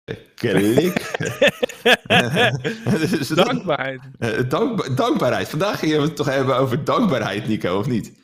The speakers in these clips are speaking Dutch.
Klik. Dus Dankbaarheid. Dankbaarheid. Vandaag gingen we het toch hebben over dankbaarheid, Nico, of niet?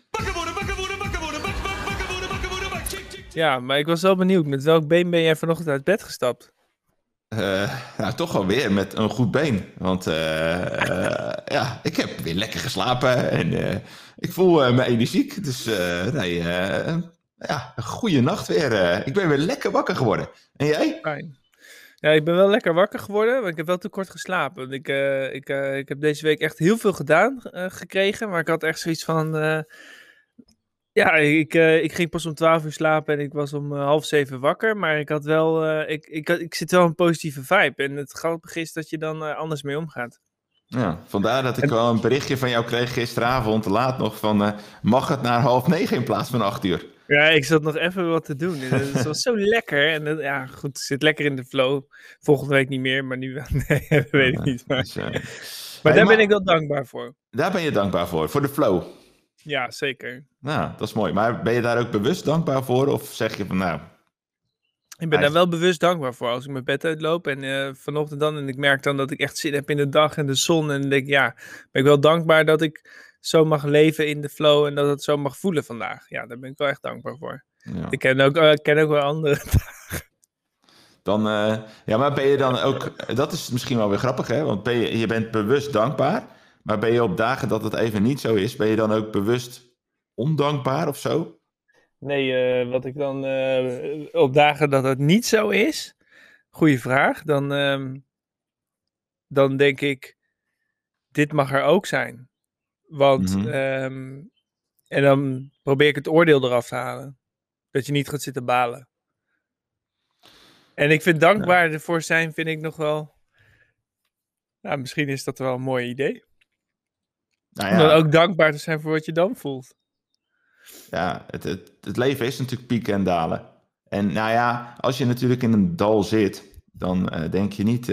Ja, maar ik was wel benieuwd. Met welk been ben jij vanochtend uit bed gestapt? Nou, toch wel weer met een goed been. Want ja, ik heb weer lekker geslapen en ik voel me energiek. Dus ja, een goede nacht weer. Ik ben weer lekker wakker geworden. En jij? Fijn. Ja, ik ben wel lekker wakker geworden, maar ik heb wel te kort geslapen. Ik heb deze week echt heel veel gedaan gekregen, maar ik had echt zoiets van... ja, ik ging pas om 12 uur slapen en ik was om 6:30 wakker, maar ik had wel... ik zit wel een positieve vibe en het grappige is dat je dan anders mee omgaat. Ja, vandaar dat ik En, wel een berichtje van jou kreeg gisteravond, laat nog, van mag het naar 8:30 in plaats van 8 uur? ja, ik zat nog even wat te doen. Het was zo lekker. En ja, goed, het zit lekker in de flow. Volgende week niet meer, maar nu wel. Nee, dat weet ik niet. Maar, Dus, maar hey, daar ben ik wel dankbaar voor. daar ben je dankbaar voor de flow. Ja, zeker. Nou, dat is mooi. Maar ben je daar ook bewust dankbaar voor? Of zeg je van, nou... Ik ben daar wel bewust dankbaar voor als ik mijn bed uitloop. En vanochtend dan, en ik merk dan dat ik echt zin heb in de dag en de zon. En dan denk ik, ja, ben ik wel dankbaar dat ik zo mag leven in de flow en dat het zo mag voelen vandaag. Ja, daar ben ik wel echt dankbaar voor. Ja. Ik ken ook wel andere Dan, ja, maar ben je dan ook... Dat is misschien wel weer grappig, hè? Want je bent bewust dankbaar. Maar ben je op dagen dat het even niet zo is... Ben je dan ook bewust ondankbaar of zo? Nee, wat ik dan op dagen dat het niet zo is, goeie vraag, dan denk ik, dit mag er ook zijn. Want, Mhm. en dan probeer ik het oordeel eraf te halen. Dat je niet gaat zitten balen. En ik vind dankbaar ervoor zijn, vind ik nog wel, nou, misschien is dat wel een mooi idee. Nou Om dan ja, ook dankbaar te zijn voor wat je dan voelt. ja het leven is natuurlijk pieken en dalen. En nou ja, als je natuurlijk in een dal zit... Dan denk je niet...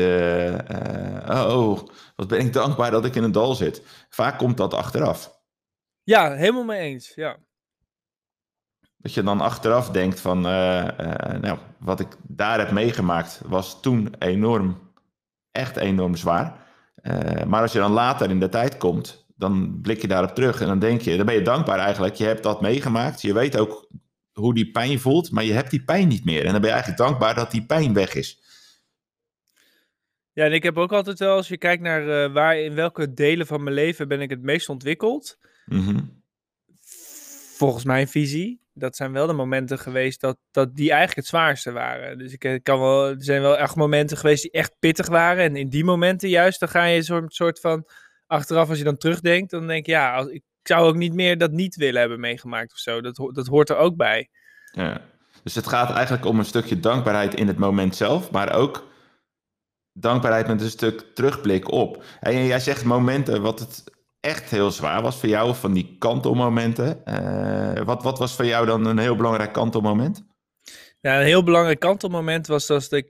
wat ben ik dankbaar dat ik in een dal zit. Vaak komt dat achteraf. Ja, helemaal mee eens, ja. Dat je dan achteraf denkt van, nou, wat ik daar heb meegemaakt was toen echt enorm zwaar. Maar als je dan later in de tijd komt, dan blik je daarop terug en dan denk je, dan ben je dankbaar eigenlijk. Je hebt dat meegemaakt, je weet ook hoe die pijn voelt, maar je hebt die pijn niet meer. En dan ben je eigenlijk dankbaar dat die pijn weg is. Ja, en ik heb ook altijd wel, als je kijkt naar in welke delen van mijn leven ben ik het meest ontwikkeld... Mhm. Volgens mijn visie, dat zijn wel de momenten geweest dat die eigenlijk het zwaarste waren. Dus er zijn wel echt momenten geweest die echt pittig waren. En in die momenten juist, dan ga je een soort van, achteraf als je dan terugdenkt, dan denk je, ja, ik zou ook niet meer dat niet willen hebben meegemaakt of zo. Dat hoort er ook bij. Ja. Dus het gaat eigenlijk om een stukje dankbaarheid in het moment zelf, maar ook dankbaarheid met een stuk terugblik op. En jij zegt momenten wat het echt heel zwaar was voor jou, van die kantelmomenten. Wat was voor jou dan een heel belangrijk kantelmoment? Ja, een heel belangrijk kantelmoment was dat ik...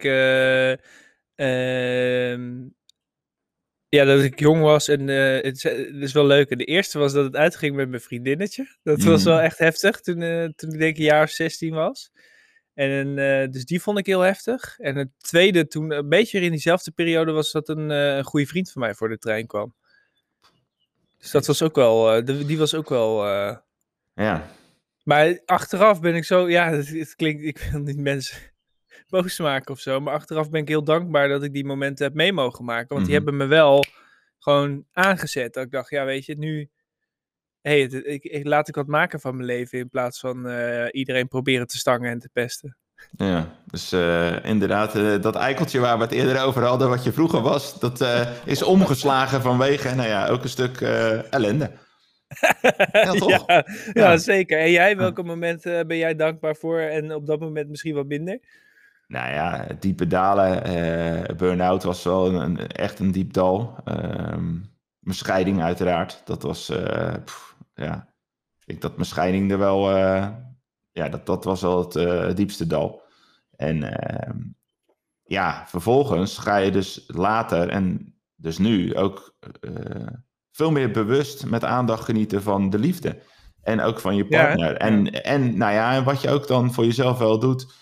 ehm, ja, dat ik jong was en het is wel leuk. De eerste was dat het uitging met mijn vriendinnetje. Dat was wel echt heftig toen ik denk ik een jaar of 16 was. En dus die vond ik heel heftig. En het tweede, toen een beetje in diezelfde periode, was dat een goede vriend van mij voor de trein kwam. Dus dat was ook wel, die was ook wel... Ja, Maar achteraf ben ik zo, ja, het klinkt, ik wil niet mensen boos maken of zo. Maar achteraf ben ik heel dankbaar dat ik die momenten heb mee mogen maken. Want die hebben me wel gewoon aangezet. Dat ik dacht, ja, weet je, nu... laat ik wat maken van mijn leven in plaats van iedereen proberen te stangen en te pesten. ja. Dus inderdaad, dat eikeltje waar we het eerder over hadden, wat je vroeger was, dat is omgeslagen vanwege, nou ja, ook een stuk ellende. Ja, toch? Ja, zeker. En jij, welke momenten ben jij dankbaar voor en op dat moment misschien wat minder? Nou ja, diepe dalen. Burn-out was wel echt een diep dal. Mijn scheiding uiteraard. Dat was, ja, ik denk dat mijn scheiding er wel, ja, dat was wel het diepste dal. En ja, vervolgens ga je dus later en dus nu ook veel meer bewust met aandacht genieten van de liefde. En ook van je partner. Ja. En nou ja, en wat je ook dan voor jezelf wel doet.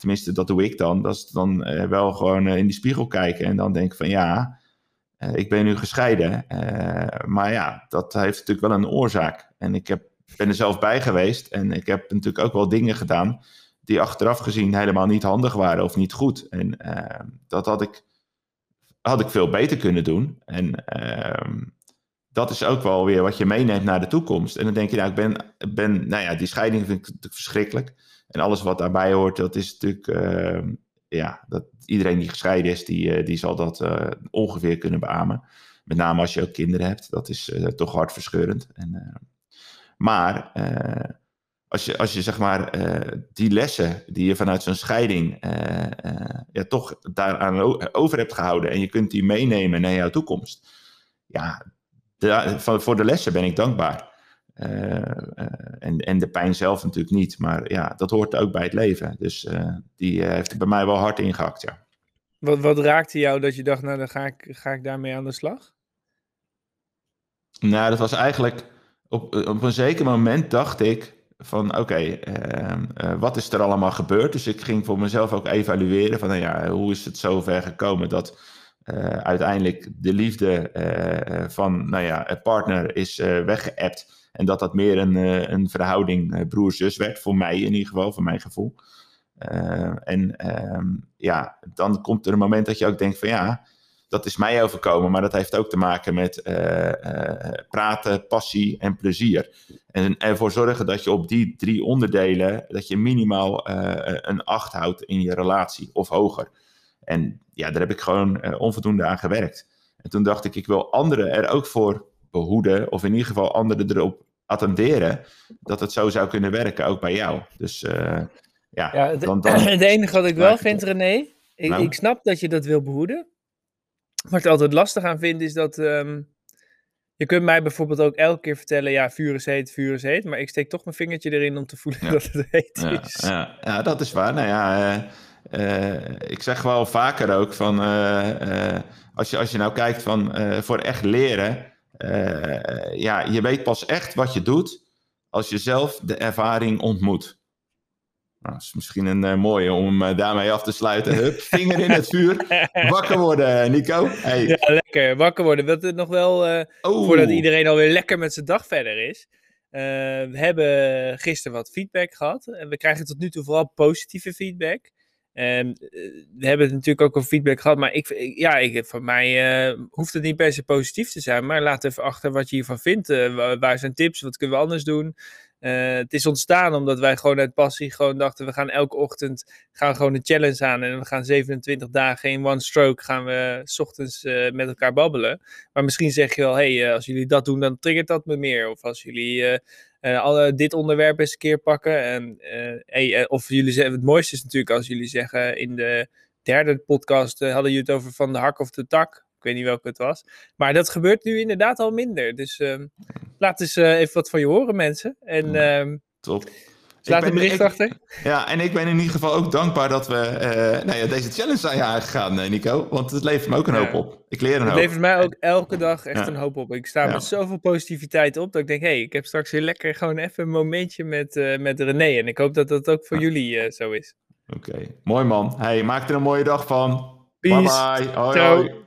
tenminste dat doe ik dan, dat is dan wel gewoon in die spiegel kijken en dan denken van ja, ik ben nu gescheiden. Maar ja, dat heeft natuurlijk wel een oorzaak. En ben er zelf bij geweest en ik heb natuurlijk ook wel dingen gedaan die achteraf gezien helemaal niet handig waren of niet goed. En dat had ik veel beter kunnen doen. En dat is ook wel weer wat je meeneemt naar de toekomst. En dan denk je, nou, nou ja, die scheiding vind ik natuurlijk verschrikkelijk. En alles wat daarbij hoort, dat is natuurlijk, dat iedereen die gescheiden is, die zal dat ongeveer kunnen beamen. Met name als je ook kinderen hebt, dat is toch hartverscheurend. Maar als je zeg maar die lessen die je vanuit zo'n scheiding toch daaraan over hebt gehouden en je kunt die meenemen naar jouw toekomst. Ja, voor de lessen ben ik dankbaar. En de pijn zelf natuurlijk niet. Maar ja, dat hoort ook bij het leven. Dus die heeft er bij mij wel hard ingehakt, ja. Wat raakte jou dat je dacht, nou dan ga ik daarmee aan de slag? Nou, dat was eigenlijk op een zeker moment dacht ik van oké, wat is er allemaal gebeurd? Dus ik ging voor mezelf ook evalueren van nou ja, hoe is het zover gekomen dat uiteindelijk de liefde van nou ja, een partner is weggeëpt en dat meer een verhouding broer-zus werd, voor mij in ieder geval, voor mijn gevoel. Dan komt er een moment dat je ook denkt van ja, dat is mij overkomen, maar dat heeft ook te maken met praten, passie en plezier. En ervoor zorgen dat je op die 3 onderdelen, dat je minimaal een 8 houdt in je relatie of hoger. En ja, daar heb ik gewoon onvoldoende aan gewerkt. En toen dacht ik wil anderen er ook voor behoeden, of in ieder geval anderen erop attenderen, dat het zo zou kunnen werken, ook bij jou. Dus het enige wat ik wel vind, René, ik snap dat je dat wil behoeden. Wat ik altijd lastig aan vind, is dat je kunt mij bijvoorbeeld ook elke keer vertellen, ja, vuur is heet, maar ik steek toch mijn vingertje erin om te voelen dat het heet is. Ja, dat is waar. Nou ja, ik zeg wel vaker ook van, als je nou kijkt van voor echt leren, je weet pas echt wat je doet als je zelf de ervaring ontmoet. Nou, dat is misschien een mooie om daarmee af te sluiten. Hup, vinger in het vuur. Wakker worden, Nico. Hey. Ja, lekker. Wakker worden. Dat het nog wel, voordat iedereen alweer lekker met zijn dag verder is. We hebben gisteren wat feedback gehad. En we krijgen tot nu toe vooral positieve feedback. We hebben natuurlijk ook al feedback gehad. Maar voor mij hoeft het niet per se positief te zijn. Maar laat even achter wat je hiervan vindt. Waar zijn tips? Wat kunnen we anders doen? Het is ontstaan omdat wij gewoon uit passie gewoon dachten, we gaan elke ochtend gewoon een challenge aan en we gaan 27 dagen in one stroke gaan we 's ochtends met elkaar babbelen. Maar misschien zeg je wel, als jullie dat doen, dan triggert dat me meer. Of als jullie dit onderwerp eens een keer pakken. Of jullie zeggen, het mooiste is natuurlijk als jullie zeggen, in de 3e podcast hadden jullie het over van de hak of de tak. Ik weet niet welke het was. Maar dat gebeurt nu inderdaad al minder. Dus laat eens even wat van je horen, mensen. En top. Laat een bericht achter. Ja, en ik ben in ieder geval ook dankbaar dat we deze challenge zijn aangegaan, Nico. Want het levert me ook een hoop op. Ik leer een hoop. Het levert mij ook elke dag echt een hoop op. Ik sta met zoveel positiviteit op dat ik denk, ik heb straks weer lekker gewoon even een momentje met René. En ik hoop dat dat ook voor jullie zo is. Oké, mooi man. Hey, maak er een mooie dag van. Peace. Bye bye. Hoi, Ciao. hoi.